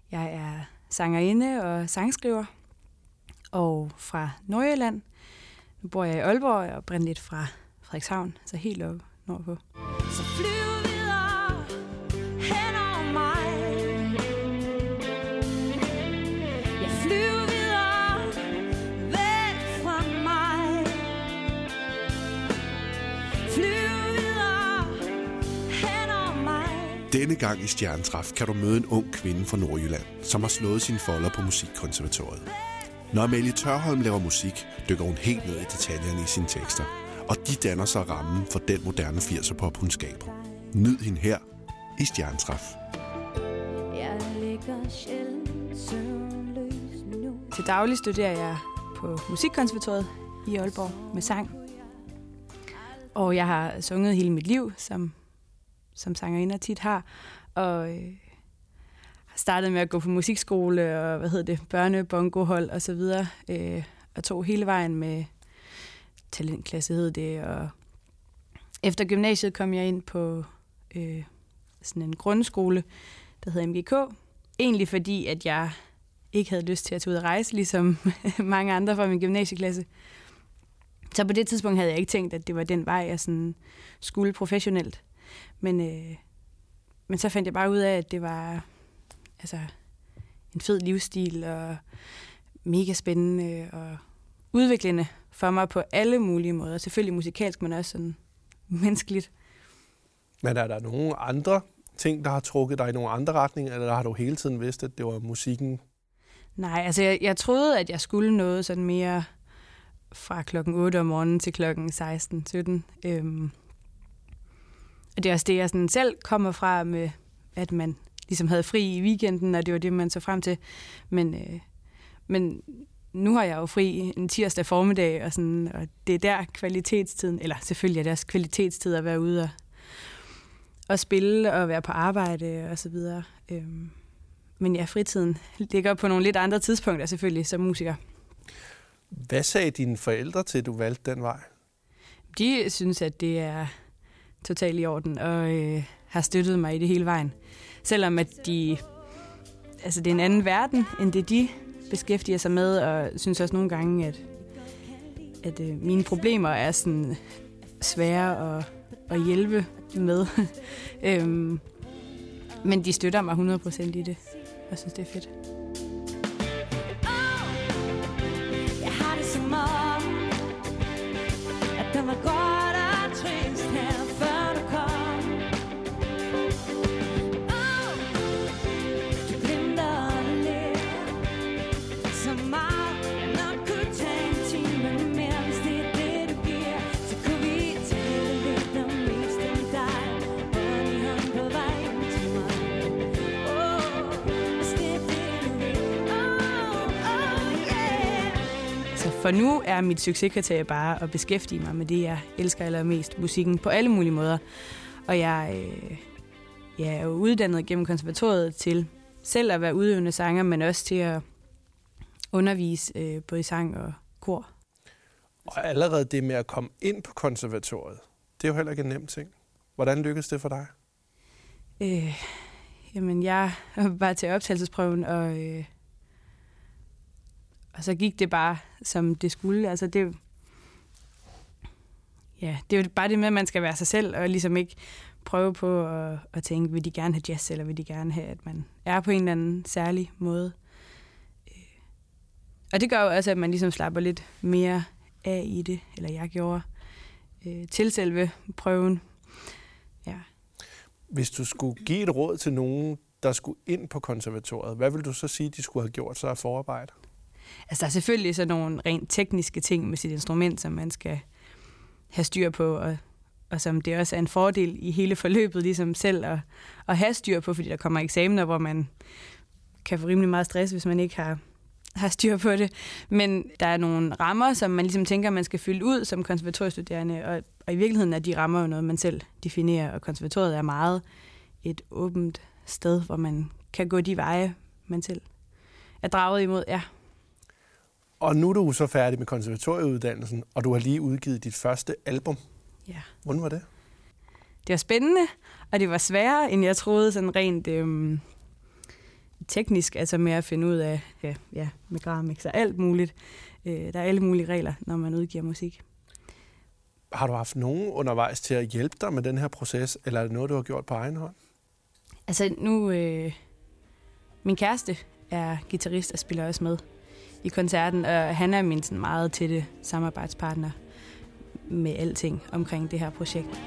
Jeg er sangerinde og sangskriver, og fra Nordjylland. Nu bor jeg i Aalborg, og er oprindeligt fra Frederikshavn, så helt oppe nordpå. Så flyv videre hen over mig. Jeg flyver videre væk fra mig. Flyv videre hen over mig. Denne gang i Stjernetræf kan du møde en ung kvinde fra Nordjylland, som har slået sine folder på Musikkonservatoriet. Når Amalie Tørholm laver musik, dykker hun helt ned i detaljerne i sine tekster, og de danner sig rammen for den moderne 80'er pop, hun skaber. Nyd hende her i Stjernetræf. Til daglig studerer jeg på Musikkonservatoriet i Aalborg med sang. Og jeg har sunget hele mit liv, som sangerinder tit har, og startede med at gå på musikskole og børnebongohold og så videre, og tog hele vejen med talentklasse hed det, og efter gymnasiet kom jeg ind på sådan en grundskole, der hedder MGK, egentlig fordi at jeg ikke havde lyst til at tage ud og rejse, ligesom mange andre fra min gymnasieklasse. Så på det tidspunkt havde jeg ikke tænkt, at det var den vej, jeg sådan skulle professionelt. Men så fandt jeg bare ud af, at det var en fed livsstil og mega spændende og udviklende for mig på alle mulige måder. Selvfølgelig musikalsk, men også sådan menneskeligt. Men er der nogle andre ting, der har trukket dig i nogle andre retninger, eller har du hele tiden vidst, at det var musikken? Nej, altså jeg troede, at jeg skulle noget sådan mere fra klokken 8 om morgenen til klokken 16-17. Og det er også det, jeg sådan selv kommer fra med, at man ligesom havde fri i weekenden, og det var det, man så frem til. Men nu har jeg jo fri en tirsdag formiddag, og det er der kvalitetstiden, eller selvfølgelig er det også kvalitetstid at være ude og spille og være på arbejde og så videre. Men ja, fritiden ligger på nogle lidt andre tidspunkter selvfølgelig som musiker. Hvad sagde dine forældre til, at du valgte den vej? De synes, at det er totalt i orden, og har støttet mig i det hele vejen. Selvom at det er en anden verden, end det de beskæftiger sig med, og synes også nogle gange, at mine problemer er sådan svære at hjælpe med. Men de støtter mig 100% i det, og synes, det er fedt. Jeg har det som om, at der var godt og trist her, før du kom. Du glemte lidt, så meget jeg nok kunne tage en time mere, hvis det er det, du giver. Så kunne vi tale lidt om mest om dig, hånd i hånd på vejen til mig. Hvis det er det, du vil. Yeah. Så for nu er mit succeskriterie bare at beskæftige mig med det, jeg elsker allermest, musikken, på alle mulige måder. Og jeg er jo uddannet gennem konservatoriet til selv at være udøvende sanger, men også til at undervise både i sang og kor. Og allerede det med at komme ind på konservatoriet, det er jo heller ikke en nem ting. Hvordan lykkedes det for dig? Jamen, jeg var bare til optagelsesprøven, og så gik det bare, som det skulle. Altså, det er jo bare det med, at man skal være sig selv, og ligesom ikke prøve på at tænke, vil de gerne have jazz, eller vil de gerne have, at man er på en eller anden særlig måde. Og det gør jo også, at man ligesom slapper lidt mere af i det, eller jeg gjorde, til selve prøven. Ja. Hvis du skulle give et råd til nogen, der skulle ind på konservatoriet, hvad vil du så sige, de skulle have gjort sig af forarbejde? Altså, der er selvfølgelig sådan nogle rent tekniske ting med sit instrument, som man skal have styr på, og som det også er en fordel i hele forløbet, ligesom selv at have styr på, fordi der kommer eksamener, hvor man kan få rimelig meget stress, hvis man ikke har styr på det. Men der er nogle rammer, som man ligesom tænker, man skal fylde ud som konservatoriestuderende, og i virkeligheden er de rammer jo noget, man selv definerer, og konservatoriet er meget et åbent sted, hvor man kan gå de veje, man selv er draget imod, ja. Og nu er du så færdig med konservatorieuddannelsen, og du har lige udgivet dit første album. Ja. Hvordan var det? Det var spændende, og det var sværere, end jeg troede, sådan rent teknisk, altså med at finde ud af med Gramix og alt muligt. Der er alle mulige regler, når man udgiver musik. Har du haft nogen undervejs til at hjælpe dig med den her proces, eller er det noget, du har gjort på egen hånd? Altså nu, min kæreste er guitarist og spiller også med i koncerten, og han er min sådan meget tætte samarbejdspartner med alting omkring det her projekt.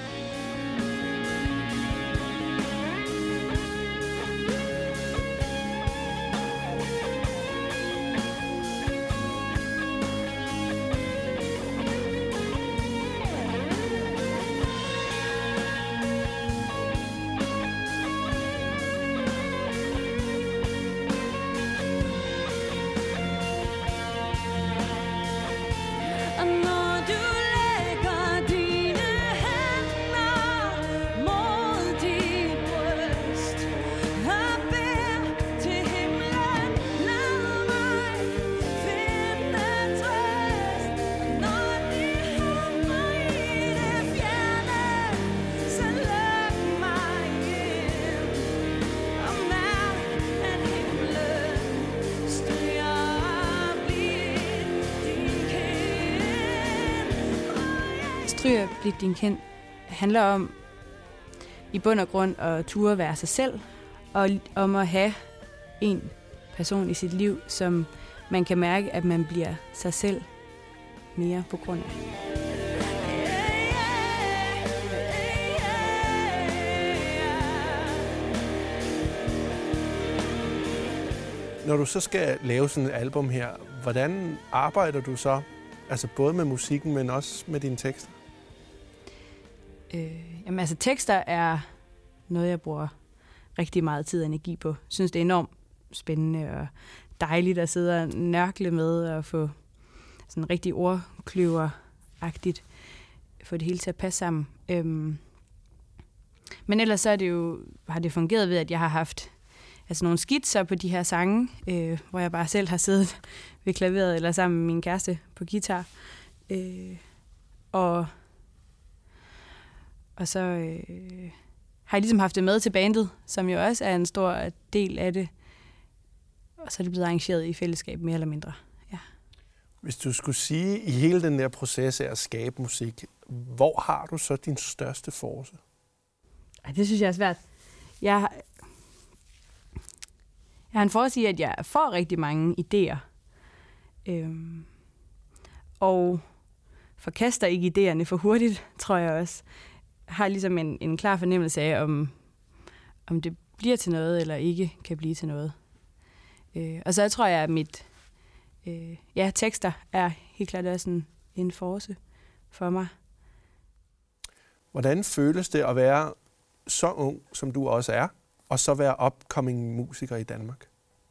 Stryg og bliv din kendt handler om i bund og grund at ture være sig selv, og om at have en person i sit liv, som man kan mærke, at man bliver sig selv mere på grund af. Når du så skal lave sådan et album her, hvordan arbejder du så? Altså både med musikken, men også med dine tekster? Jamen altså tekster er noget, jeg bruger rigtig meget tid og energi på. Jeg synes, det er enormt spændende og dejligt at sidde og nørkle med og få sådan rigtig ordkløver-agtigt, få det hele til at passe sammen. Men ellers så har det fungeret ved, at jeg har haft nogle skitser på de her sange, hvor jeg bare selv har siddet ved klaveret eller sammen med min kæreste på guitar. Og så har jeg ligesom haft det med til bandet, som jo også er en stor del af det. Og så er det blevet arrangeret i fællesskab, mere eller mindre. Ja. Hvis du skulle sige i hele den der proces af at skabe musik, hvor har du så din største force? Det synes jeg er svært. Jeg har en force i, at jeg får rigtig mange idéer. Og forkaster ikke idéerne for hurtigt, tror jeg også. Jeg har ligesom en klar fornemmelse af, om det bliver til noget, eller ikke kan blive til noget. Og så tror jeg, at tekster er helt klart også en force for mig. Hvordan føles det at være så ung, som du også er, og så være upcoming musiker i Danmark?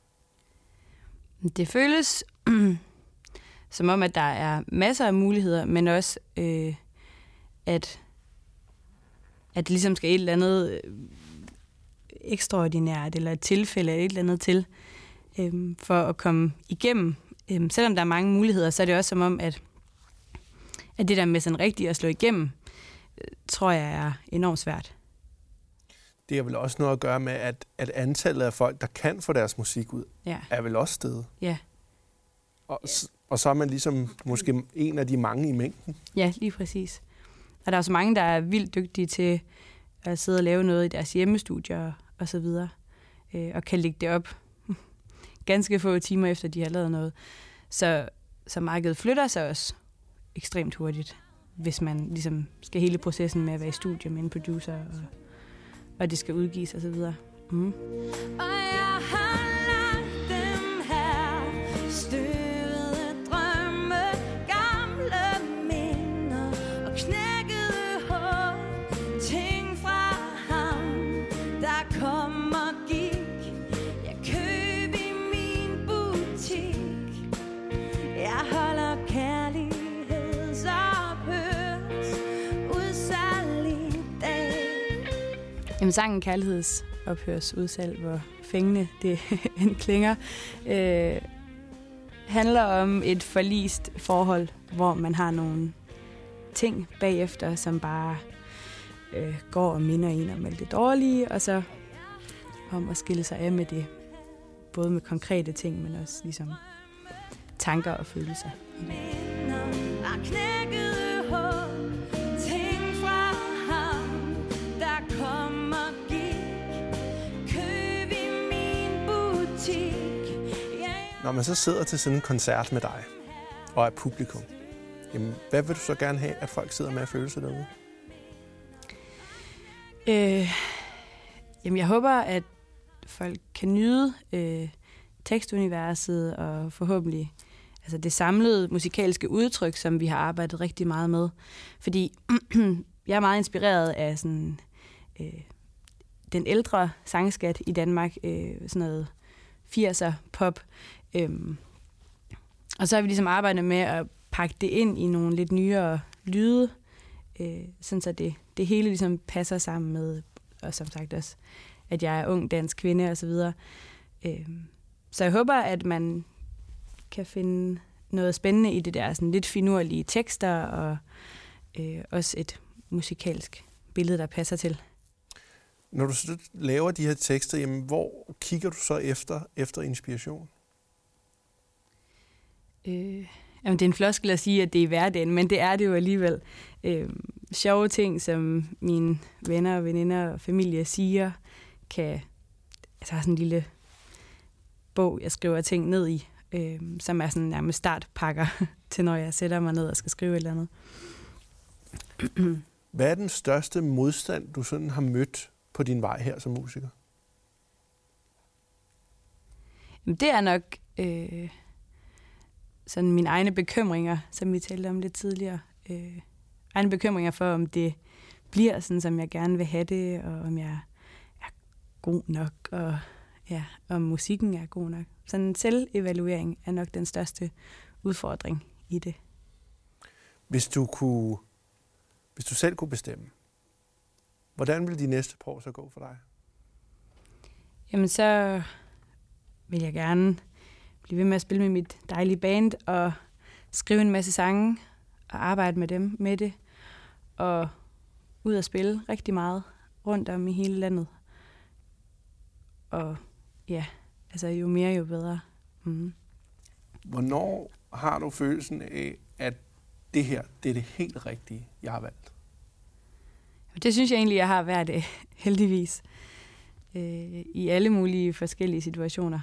Det føles som om, at der er masser af muligheder, men også, at det ligesom skal et eller andet ekstraordinært, eller et tilfælde eller et eller andet til, for at komme igennem. Selvom der er mange muligheder, så er det også som om, at det der med sådan rigtigt at slå igennem, tror jeg er enormt svært. Det har vel også noget at gøre med, at antallet af folk, der kan få deres musik ud, er vel også steget. Ja. Og så er man ligesom måske en af de mange i mængden. Ja, lige præcis. Og der er så mange, der er vildt dygtige til at sidde og lave noget i deres hjemmestudier og så videre, og kan lægge det op ganske få timer efter, de har lavet noget. Så markedet flytter sig også ekstremt hurtigt, hvis man ligesom skal hele processen med at være i studie med en producer, og det skal udgives og så videre. Mm. Jamen, sangen Kærlighedsophørsudsalg, hvor fængende det end klinger, handler om et forlist forhold, hvor man har nogle ting bagefter, som bare går og minder en om alt det dårlige, og så om at skille sig af med det. både med konkrete ting, men også ligesom tanker og følelser. Når man så sidder til sådan en koncert med dig og er publikum, jamen, hvad vil du så gerne have, at folk sidder med at føle sig derude? Jamen, jeg håber, at folk kan nyde tekstuniverset og forhåbentlig altså det samlede musikalske udtryk, som vi har arbejdet rigtig meget med. Fordi jeg er meget inspireret af sådan, den ældre sangskat i Danmark, sådan noget 80'er pop. Og så har vi ligesom arbejdet med at pakke det ind i nogle lidt nyere lyde, sådan så det hele ligesom passer sammen med, og som sagt også, at jeg er ung dansk kvinde og så videre. Så jeg håber, at man kan finde noget spændende i det der sådan lidt finurlige tekster, og også et musikalsk billede, der passer til. Når du så laver de her tekster, jamen, hvor kigger du så efter inspiration? Jamen, det er en floskel at sige, at det er hverdagen, men det er det jo alligevel. Sjove ting, som mine venner og veninder og familie siger, jeg har sådan en lille bog, jeg skriver ting ned i, som er sådan nærmest startpakker til, når jeg sætter mig ned og skal skrive et eller andet. Hvad er den største modstand, du sådan har mødt på din vej her som musiker? Jamen, det er nok sådan mine egne bekymringer, som vi talte om lidt tidligere. Egne bekymringer for, om det bliver sådan, som jeg gerne vil have det, og om jeg er god nok, og ja, om musikken er god nok. Sådan en selvevaluering er nok den største udfordring i det. Hvis du selv kunne bestemme, hvordan ville de næste par år så gå for dig? Jamen, så vil jeg gerne blive ved med at spille med mit dejlige band, og skrive en masse sange, og arbejde med det, og ud og spille rigtig meget rundt om i hele landet. Og ja, altså jo mere, jo bedre. Mm. Hvornår har du følelsen af, at det her, det er det helt rigtige, jeg har valgt? Det synes jeg egentlig, jeg har hver dag, heldigvis. I alle mulige forskellige situationer.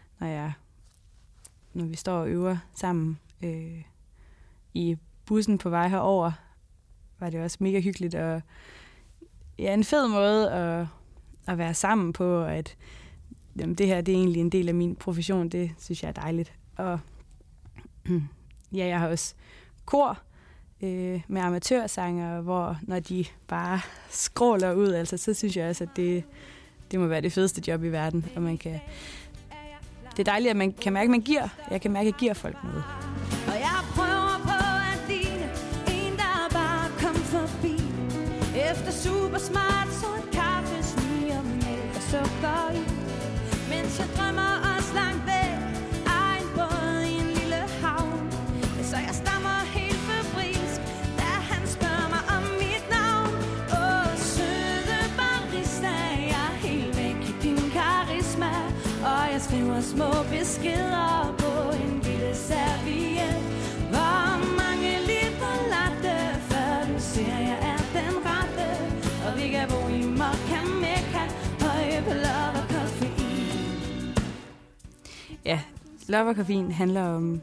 Når vi står og øver sammen i bussen på vej herover, var det også mega hyggeligt. Og ja, en fed måde at være sammen på, og at jamen, det her det er egentlig en del af min profession. Det synes jeg er dejligt. Og ja, jeg har også kor med amatørsanger, hvor når de bare skråler ud, altså, så synes jeg også, at det må være det fedeste job i verden. Og man kan, det er dejligt, at man kan mærke, at man giver. Jeg kan mærke, at jeg giver folk noget. Og jeg prøver på at ligne en, der bare kom forbi. Efter supersmart, så et kaffe, sniger, mælk og sukker i. Mens jeg drømmer også langt væk af en båd i en lille havn. Så jeg stammer helt febrilsk, da han spørger mig om mit navn. Åh, søde barista, jeg er helt væk i din karisma. Og jeg skriver små beskeder på en lille serviet. Hvor mange liter latte, før du ser, jeg er den rette. Og vi kan bo i mokka, mekka, høje på love og koffein. Ja, love og koffein handler om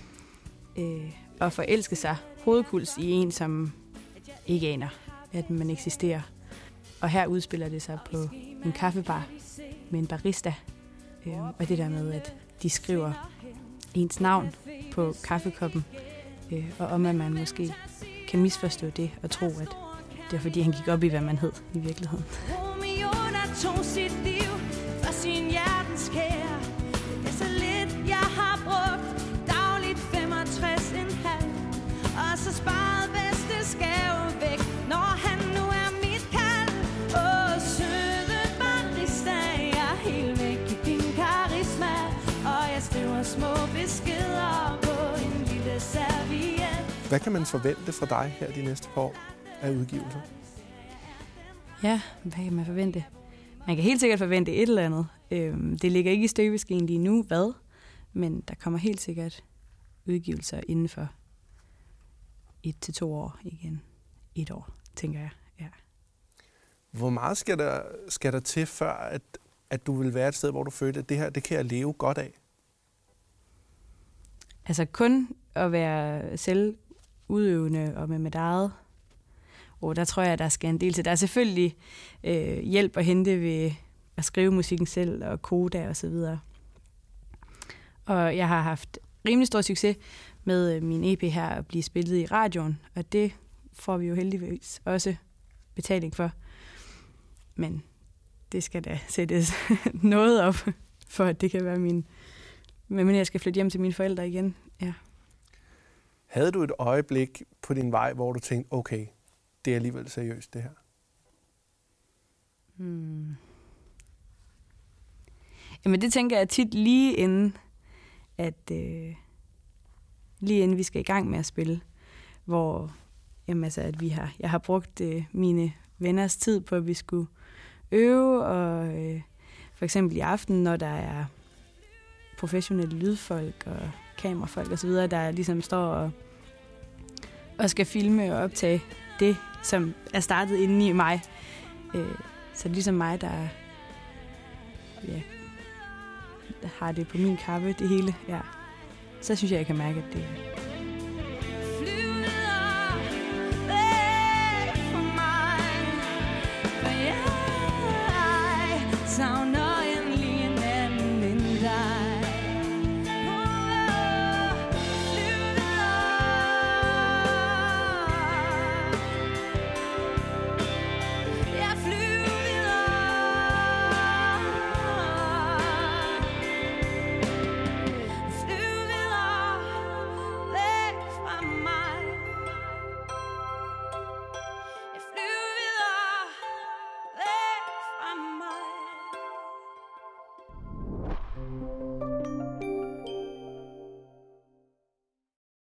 at forelske sig hovedkuls i en, som ikke aner, at man eksisterer. Og her udspiller det sig på en kaffebar med en barista. Og det der med, at de skriver ens navn på kaffekoppen, og om at man måske kan misforstå det og tro, at det er fordi, han gik op i, hvad man hed i virkeligheden. Romeo, der tog sit liv for sin hjertens kære. Det er så lidt, jeg har brugt dagligt 65,5. Og så sparet bedste skæve væk, når han nu er mit kald. Åh, søde barista, jeg er helt væk i din karisma. Og jeg skriver små beskeder på en lille serviet. Hvad kan man forvente fra dig her de næste par år af udgivelser? Ja, hvad kan man forvente? Man kan helt sikkert forvente et eller andet. Det ligger ikke i støbeskeen lige nu, hvad? Men der kommer helt sikkert udgivelser inden for 1 til 2 år igen. 1 år, tænker jeg. Ja. Hvor meget skal der til, før at du vil være et sted, hvor du føler, at det her, det kan jeg leve godt af? Altså kun at være selvudøvende og med mit eget. Og der tror jeg, der skal en del til. Der er selvfølgelig hjælp at hente ved at skrive musikken selv og koda og så videre. Og jeg har haft rimelig stor succes med min EP her at blive spillet i radioen, og det får vi jo heldigvis også betaling for. Men det skal da sættes noget op, for at det kan være men jeg skal flytte hjem til mine forældre igen. Ja. Havde du et øjeblik på din vej, hvor du tænkte, okay, det er alligevel seriøst, det her? Jamen det tænker jeg tit lige inden vi skal i gang med at spille, hvor at jeg har brugt mine venners tid på, at vi skulle øve, og for eksempel i aften, når der er professionelle lydfolk og kamerafolk osv., der ligesom står og skal filme og optage det, som er startet inde i mig. Så det er ligesom mig, der har det på min kappe, det hele. Ja. Så synes jeg kan mærke, at det